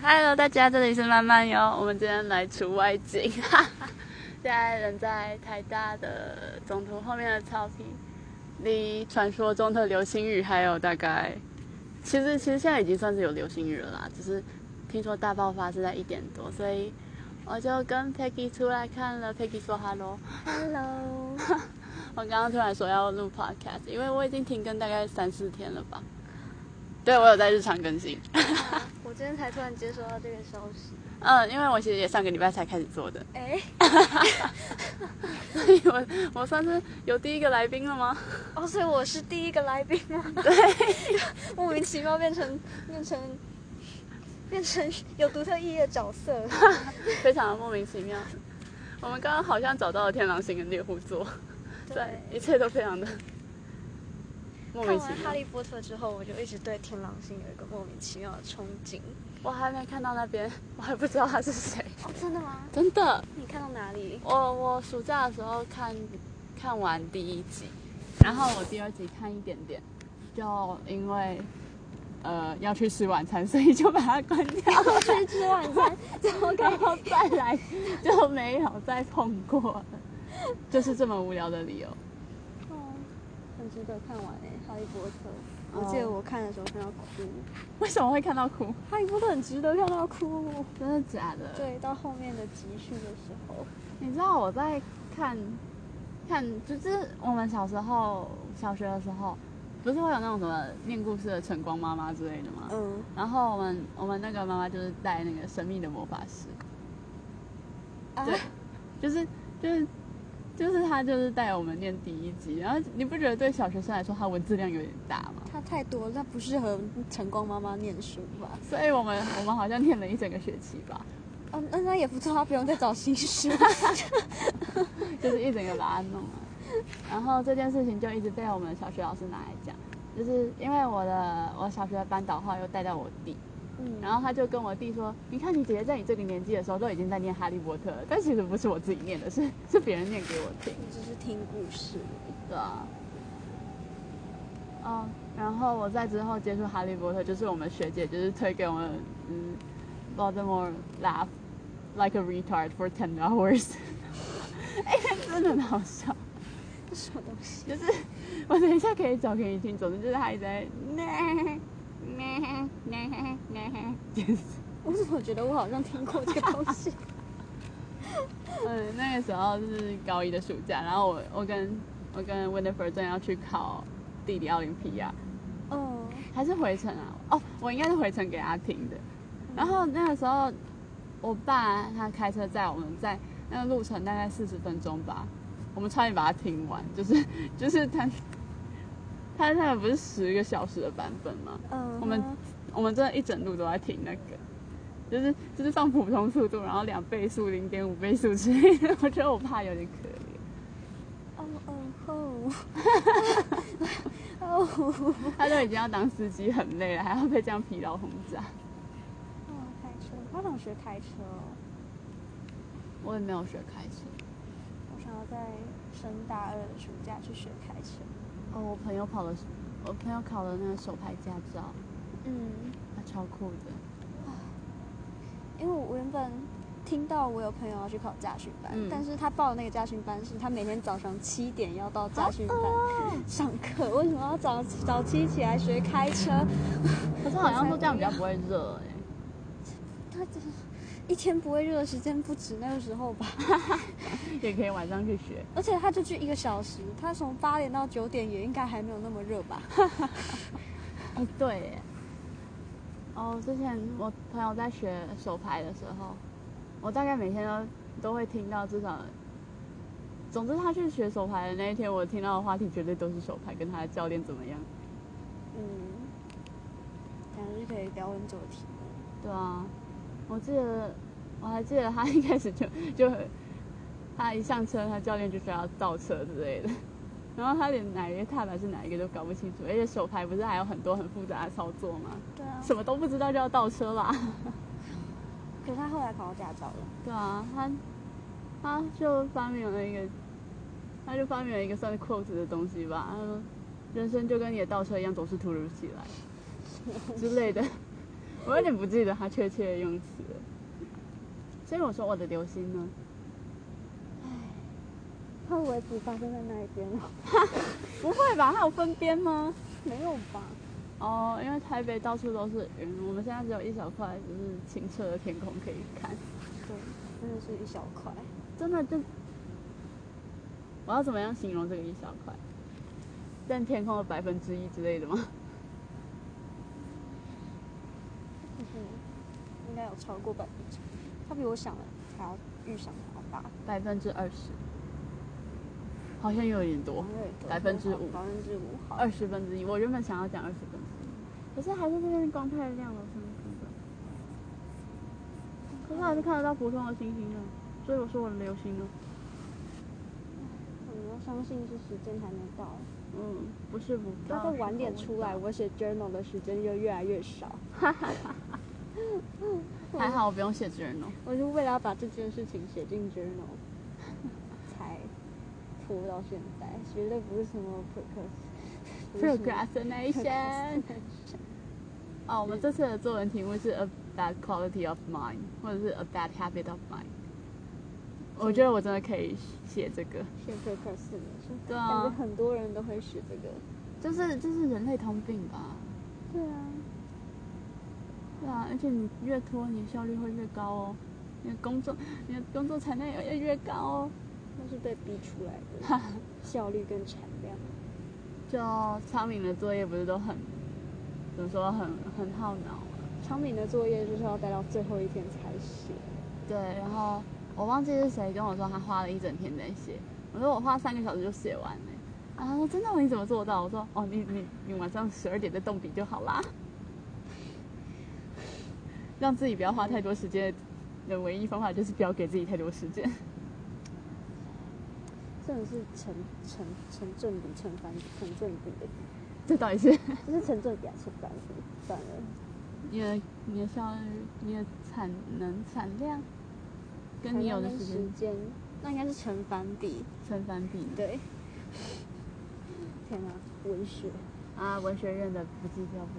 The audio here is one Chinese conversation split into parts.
Hello， 大家，这里是慢慢哟。我们今天来出外景，哈哈。现在人在台大的总图后面的草皮，离传说中的流星雨还有大概，其实现在已经算是有流星雨了啦，只是听说大爆发是在1点多，所以我就跟 Peggy 出来看了。Peggy 说 Hello， 我刚刚突然说要录 podcast， 因为我已经停更大概3-4天了吧。对，我有在日常更新。 我今天才突然接收到这个消息。 因为我其实也上个礼拜才开始做的。所以我算是有第一个来宾了吗？ 哦，所以我是第一个来宾吗？ 对， 莫名其妙变成有独特意义的角色， 非常的莫名其妙。我们刚刚好像找到了天狼星跟猎户座，对，一切都非常的莫名其妙。 看完《哈利波特》之后，我就一直对天狼星有一个莫名其妙的憧憬。 我还没看到那边，我还不知道他是谁。 哦，真的吗？ 真的。 你看到哪里？ 我暑假的时候看完第1集，然后我第2集看一点点，就因为要去吃晚餐，所以就把它关掉。 要去吃晚餐， 然后再来就没有再碰过了，就是这么无聊的理由。 很值得看完哈利波特》。我记得我看的时候看到哭。 为什么会看到哭？ 哈利波特很值得看到哭。 真的假的？ 对，到后面的集序的时候， 你知道我在看，就是我们小学的时候，不是会有那种什么念故事的晨光妈妈之类的吗？然后我们那个妈妈就是带那个神秘的魔法师。对，就是他就是带我们念第1集，然后你不觉得对小学生来说他文字量有点大吗？ 他太多了，他不适合晨光妈妈念书吧？ 所以我们好像念了1整个学期吧。 那也不错，他不用再找新书， 就是一整个把它弄完。然后这件事情就一直被我们小学老师拿来讲，就是因为我小学的班导后来又带到我弟。然后他就跟我弟说：“你看，你姐姐在你这个年纪的时候都已经在念《哈利波特》了，但其实不是我自己念的，是别人念给我听。 只是听故事。” 对啊。然后我在之后接触《哈利波特》，就是我们学姐就是推给我们，Voldemort laugh like a retard for 10 hours。真的很好笑。 什么东西？ 就是我等一下可以找给你听，总之就是他一直在。 我怎么觉得我好像听过这个东西？ 那个时候是高1的暑假，然后我跟 Winifred 正要去考地理奥林匹亚。还是回程啊？我应该是回程给他听的。然后那个时候，我爸他开车载我们，在那个路程大概40分钟吧，我们差点把它听完，就是他那个不是10个小时的版本吗？我们真的一整路都在听那个，就是放普通速度，然后2倍速、0.5倍速之类的。我觉得我爸有点可怜。他都已经要当司机很累了，还要被这样疲劳轰炸。 开车，好想学开车哦。 我也没有学开车。 我想要在升大2的暑假去学开车。 我朋友考了那个手牌驾照。他超酷的。 因为我原本听到我有朋友要去考驾训班，但是他报的那个驾训班是他每天早上7点要到驾训班上课。为什么要早7起来学开车？ 可是好像说这样比较不会热他一天不会热的时间不止那个时候吧？ 也可以晚上去学。 而且他就去1个小时，他从8点到9点也应该还没有那么热吧？ 对耶。之前我朋友在学手牌的时候，我大概每天都会听到至少，总之他去学手牌的那一天，我听到的话题绝对都是手牌跟他的教练怎么样。 感觉是可以聊很久的题目。 对啊，我还记得他一开始就他一上车，他教练就说要倒车之类的。然后他连哪一个踏板是哪一个都搞不清楚，而且手牌不是还有很多很复杂的操作吗？ 对啊， 什么都不知道就要倒车啦。 可是他后来考到驾照了。 对啊，他就发明了一个算是 quote 的东西吧。他说：“人生就跟你的倒车一样，总是突如其来之类的。” 我有点不记得它确切的用词了。所以我说我的流星呢？ 它会不会只发生在那一边？ 不会吧？它有分边吗？ 没有吧？ 哦，因为台北到处都是云，我们现在只有一小块就是清澈的天空可以看。 对，真的是一小块。 真的就，我要怎么样形容这个一小块？占天空的1%之类的吗？ 应该有超过1%，它比我想的还要预想的还要大。 20%，好像有点多。5%， 好 1/20，我原本想要讲1/20，可是还是这边光太亮了，我真的看不到。可是还是看得到普通的星星的，所以我说我的流星呢？ 我要相信是时间还没到。 不是不到。 它再晚点出来，我写 journal 的时间就越来越少。 还好我不用写 journal， 我就为了要把这件事情写进 journal， 才拖到现在，绝对不是什么 procrastination。我们这次的作文题目是 a bad quality of mind， 或者是 a bad habit of mind。我觉得我真的可以写这个。 写 procrastination， 对啊， 感觉很多人都会写这个。 就是人类通病吧。 对啊。 对啊，而且你越拖，你的效率会越高哦，你的工作产量也越高哦。 都是被逼出来的，效率跟产量。 就昌明的作业不是都很，怎么说很耗脑啊？ 昌明的作业就是要待到最后一天才写。 对，然后我忘记是谁跟我说他花了一整天在写，我说我花3个小时就写完了，然后他说真的你怎么做到？我说你晚上12点再动笔就好啦。让自己不要花太多时间的唯一方法就是不要给自己太多时间。 真的是成正比、成正比的。 这到底是？ 这是成正比还是成反比？算了。 你的效率、你的产量，跟你有的时间，那应该是成反比。 成反比。对。 天哪，文学啊，文学院的不计较。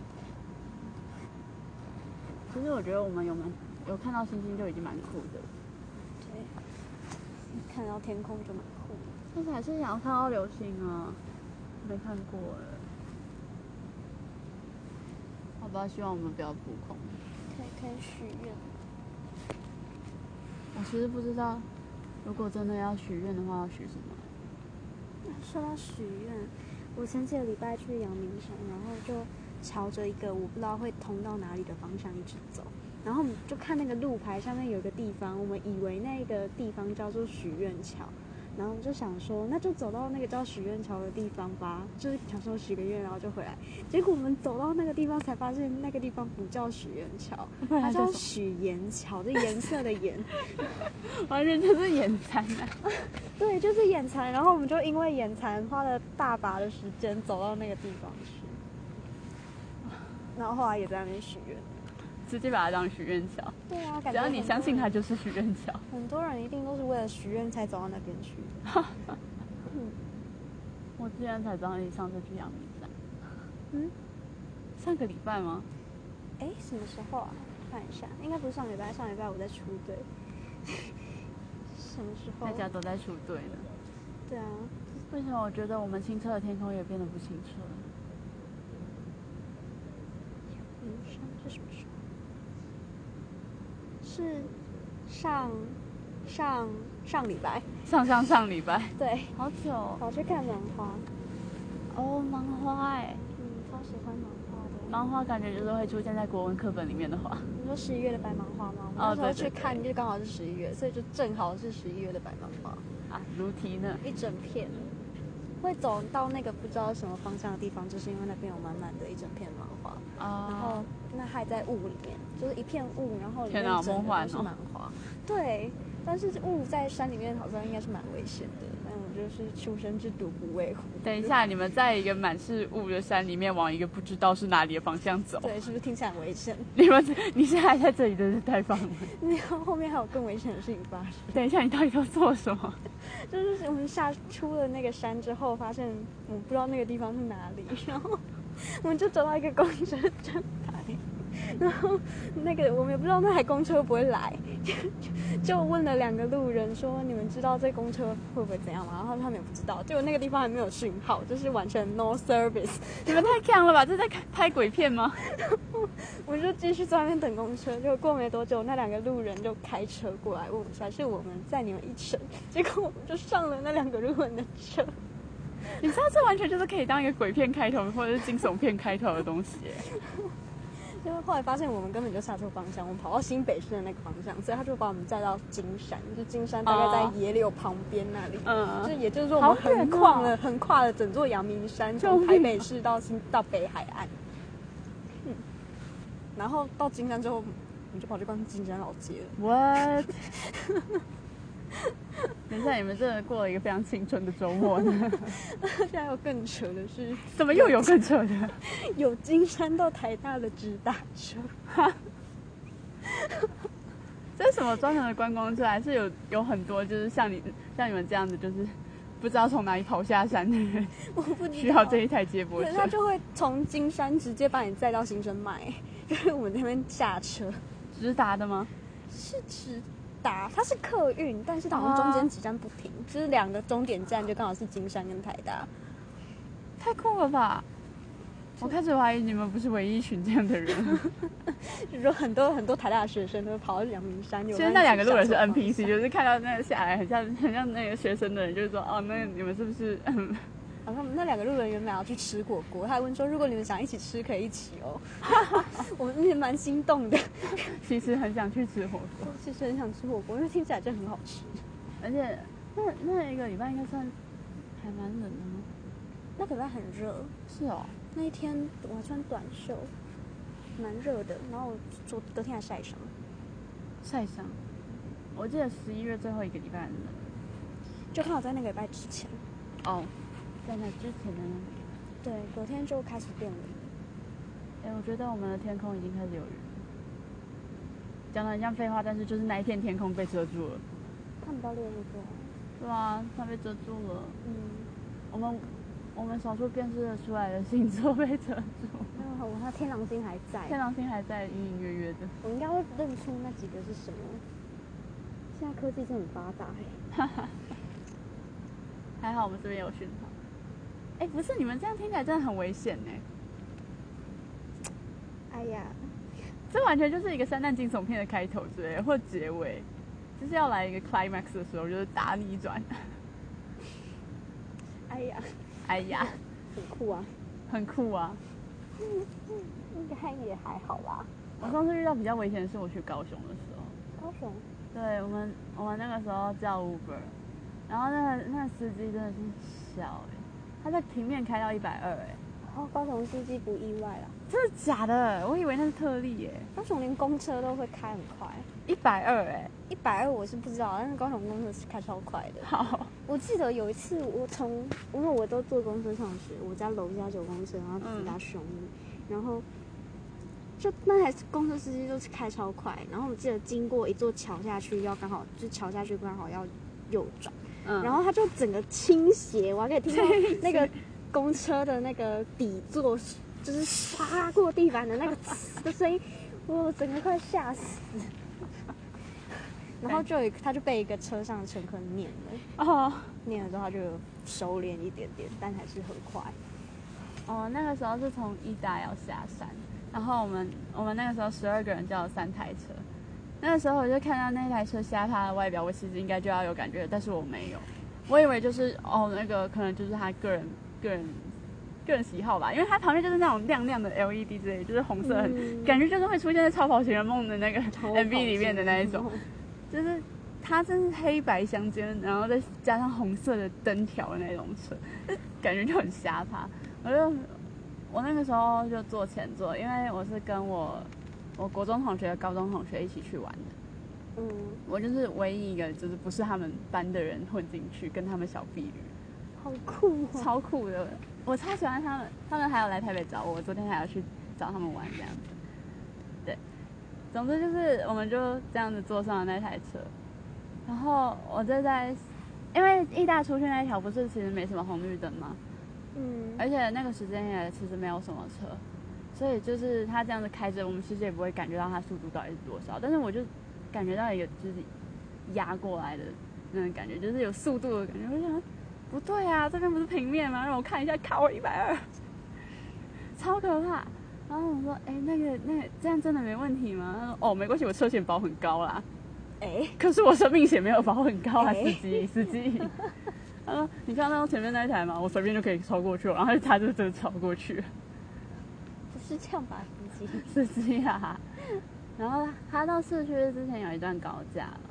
其实我觉得我们有看到星星就已经蛮酷的。 对，看到天空就蛮酷的。 但是还是想要看到流星啊，没看过了。好吧，希望我们不要扑空。 可以许愿。 我其实不知道，如果真的要许愿的话，要许什么？ 说到许愿，我前几个礼拜去阳明山，然后就朝着一个我不知道会通到哪里的方向一直走，然后我们就看那个路牌上面有个地方，我们以为那个地方叫做许愿桥，然后就想说那就走到那个叫许愿桥的地方吧，就是想说许个愿然后就回来，结果我们走到那个地方才发现那个地方不叫许愿桥，它叫许颜桥，是颜色的颜， 完全就是眼馋啊。 对，就是眼馋，然后我们就因为眼馋花了大把的时间走到那个地方去。然后后来也在那边许愿， 直接把它当许愿桥。 对啊， 只要你相信它就是许愿桥。 很多人一定都是为了许愿才走到那边去。 我之前才知道你上次去阳明山。上个礼拜吗？ 什么时候啊？看一下，应该不是上礼拜，上礼拜我在出队。什么时候？ 大家都在出队呢。 对啊。 为什么我觉得我们清澈的天空也变得不清澈了？ 是什么时候？是上礼拜。 上礼拜。 对。 好久。 跑去看芒花。 芒花超喜欢芒花的。 芒花感觉就是会出现在国文课本里面的花。 你说11月的白芒花吗？我那时候去看就刚好是11月，所以就正好是11月的白芒花。 如题呢？ 一整片。会走到那个不知道什么方向的地方，就是因为那边有满满的一整片芒花，然后那还在雾里面，就是一片雾，然后里面整个都是芒花。对，但是雾在山里面好像应该是蛮危险的，但我就是出生之犊不畏虎。 等一下，你们在一个满是雾的山里面往一个不知道是哪里的方向走， 对，是不是听起来很危险？ 你现在还在这里真是太棒了。 没有，后面还有更危险的事情发生。 等一下，你到底都做什么？ 就是我们出了那个山之后，发现我不知道那个地方是哪里，然后我们就走到一个公车站牌， 然后那个我们也不知道那台公车会不会来，就问了2个路人说你们知道这公车会不会怎样吗？然后他们也不知道，结果那个地方还没有讯号，就是完全 no service。 你们太强了吧？这在拍鬼片吗？ 我们就继续在那边等公车，结果过没多久，那2个路人就开车过来问我们还是我们载你们一程，结果我们就上了那2个路人的车。 你知道这完全就是可以当一个鬼片开头或者是惊悚片开头的东西耶。 因为后来发现我们根本就下错方向，我们跑到新北市的那个方向，所以他就把我们载到金山，就金山大概在野柳旁边那里。就也就是说我们横跨了整座阳明山，从台北市到北海岸。然后到金山之后，我们就跑去逛金山老街了。 What？ 等一下，你们真的过了一个非常青春的周末呢。 现在有更扯的是， 怎么又有更扯的？ 有金山到台大的直达车。 这是什么专门的观光车？还是有很多就是像你们这样子，就是不知道从哪里跑下山的人， 我不知道需要这一台接驳车？ 他就会从金山直接把你载到新生迈，就是我们那边下车。 直达的吗？ 是直达，它是客运，但是它好像中间几站不停，就是2个终点站就刚好是金山跟台大。 太酷了吧！我开始怀疑你们不是唯一一群这样的人。 就是说很多台大的学生都跑到阳明山。 其实那2个路人是 NPC， 就是看到那个下来很像那个学生的人，就是说哦，那你们是不是？ 然后那2个路人原本要去吃火锅，他还问说如果你们想一起吃可以一起哦。我们也蛮心动的。 其实很想去吃火锅， 其实很想吃火锅，因为听起来真的很好吃。 而且那一个礼拜应该算还蛮冷的吗？ 那个礼拜很热。 是哦。 那一天我还穿短袖，蛮热的。然后我隔天还晒伤。 晒伤？我记得11月最后一个礼拜很冷， 就刚好在那个礼拜之前。 哦，在那之前呢？ 对，隔天就开始变冷。 我觉得我们的天空已经开始有云。讲得很像废话，但是就是那一片天空被遮住了。 看不到猎户座。 对啊，它被遮住了。我们少数辨识的出来的星座被遮住。 它天狼星还在。 天狼星还在，隐隐约约的。 我应该会认出那几个是什么。现在科技真的很发达。 还好我们这边有讯号。不是，你们这样听起来真的很危险呢。 哎呀， 这完全就是一个山难惊悚片的开头之类的，或结尾，就是要来一个 climax 的时候，就是大逆转。哎呀， 很酷啊， 很酷啊。 应该也还好啦。 我上次遇到比较危险的是我去高雄的时候。 高雄？ 对，我们那个时候叫 Uber， 然后那个司机真的是小他在平面开到120 高雄司机不意外啦。 真的假的？我以为那是特例耶。 高雄连公车都会开很快。120我是不知道，但是高雄公车是开超快的。 好， 我记得有一次因为我都坐公车上学，我家楼下9公车，然后直达雄毅，然后就那台公车司机都是开超快，然后我记得经过一座桥下去，刚好要右转，然后他就整个倾斜，我还可以听到那个公车的那个底座就是刷过地板的那个呲的声音，我整个快吓死。然后他就被一个车上的乘客念了，念了之后他就收敛一点点，但还是很快。 那个时候是从义大要下山，然后我们那个时候12个人叫了3台车，那个时候我就看到那台车瞎它的外表，我其实应该就要有感觉，但是我没有，我以为就是那个可能就是他个人喜好吧，因为它旁边就是那种亮亮的 LED 之类，就是红色感觉就是会出现在《超跑情人梦》的那个 MV 里面的那一种。就是它真是黑白相间，然后再加上红色的灯条的那种车，感觉就很瞎趴。我那个时候就坐前座，因为我是跟我国中同学、高中同学一起去玩的。我就是唯一一个就是不是他们班的人混进去，跟他们小婢女。 好酷哦！ 超酷的，我超喜欢他们。他们还有来台北找我，昨天还要去找他们玩这样子。对。总之就是我们就这样子坐上了那台车，然后我就因为义大出去那一条不是其实没什么红绿灯吗？而且那个时间也其实没有什么车， 所以就是他这样子开着，我们其实也不会感觉到他速度到底是多少，但是我就感觉到一个就是压过来的那种感觉，就是有速度的感觉。我想不对啊，这边不是平面吗？让我看一下，卡我120，超可怕。然后我说，那个这样真的没问题吗？他说，哦，没关系，我车险保很高啦。可是我生命险没有保很高啊，司机。他说，你看到前面那一台吗？我随便就可以超过去了，然后他就真的超过去了。 不是这样吧， 司机啊。然后他到市区之前有一段高架了，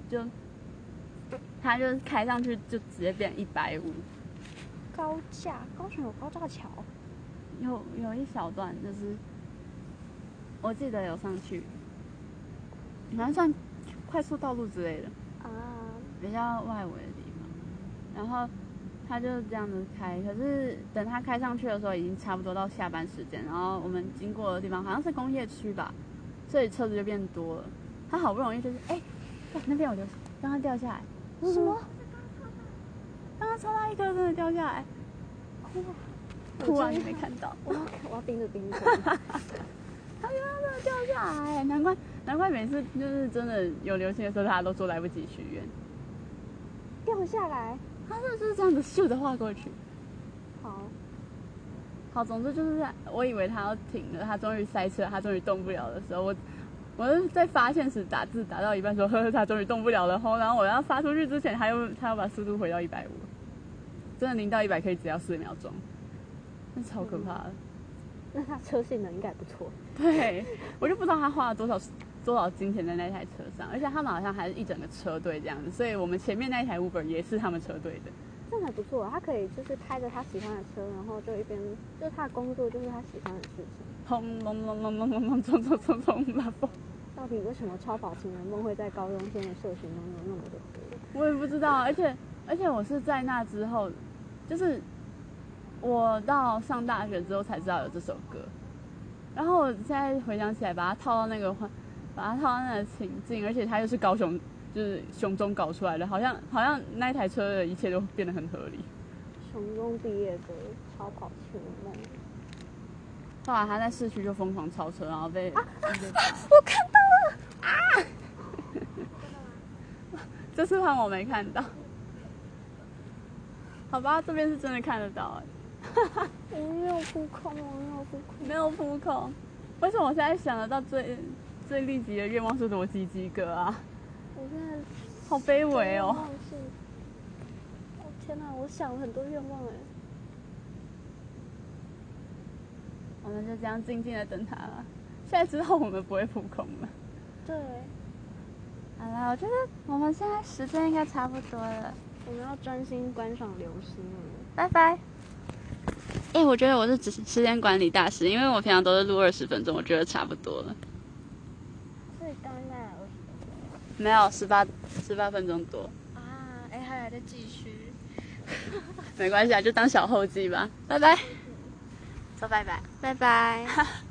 他就开上去就直接变150。 高架，高雄有高架桥？ 有一小段，就是我记得有上去，好像算快速道路之类的啊， 比较外围的地方。然后他就这样子开，可是等他开上去的时候，已经差不多到下班时间。然后我们经过的地方好像是工业区吧，所以车子就变多了。他好不容易就是那边有流星，刚刚掉下来。 什么？ 刚刚超大一颗，真的掉下来。哭啊！你没看到？ 我要盯着。 他刚刚真的掉下来，难怪每次就是真的有流星的时候，大家都说来不及许愿。 掉下来？ 他就是这样子咻的划过去。好，总之就是我以为他要停了，他终于塞车，他终于动不了的时候，我就在发现时打字打到一半说，他终于动不了了吼，然后我要发出去之前，他要把速度回到150，真的0到100可以只要4秒钟，那超可怕的。 那他车性能应该不错。 对，我就不知道他花了多少金钱在那台车上，而且他们好像还是一整个车队这样子，所以我们前面那一台 Uber 也是他们车队的。 这样还不错，他可以就是开着他喜欢的车，然后就一边就是他的工作就是他喜欢的事情。 轰隆隆隆隆隆隆冲， 到底为什么超跑情人梦会在高中生的社群中有那么的火？ 我也不知道，而且我是在那之后，就是我到上大学之后才知道有这首歌，然后我现在回想起来，把它套到那个情境，而且它又是高雄，就是雄中搞出来的，好像那一台车的一切都变得很合理。 雄中毕业的超跑情人梦。 后来他在市区就疯狂超车，然后被我看到了啊！ 这次换我没看到，好吧，这边是真的看得到我没有扑空， 没有扑空。为什么我现在想得到最立即的愿望是裸鸡鸡哥啊？ 我现在好卑微哦！ 天哪，我想了很多愿望我们就这样静静的等他了。现在之后我们不会扑空了。 对。 好啦，我觉得我们现在时间应该差不多了。 我们要专心观赏流星了。 拜拜。我觉得我是时间管理大师，因为我平常都是录20分钟，我觉得差不多了。 所以刚刚20分钟？ 没有，18分钟多。 啊，还来得继续。 没关系啊，就当小后记吧。拜拜。说拜拜。 拜拜。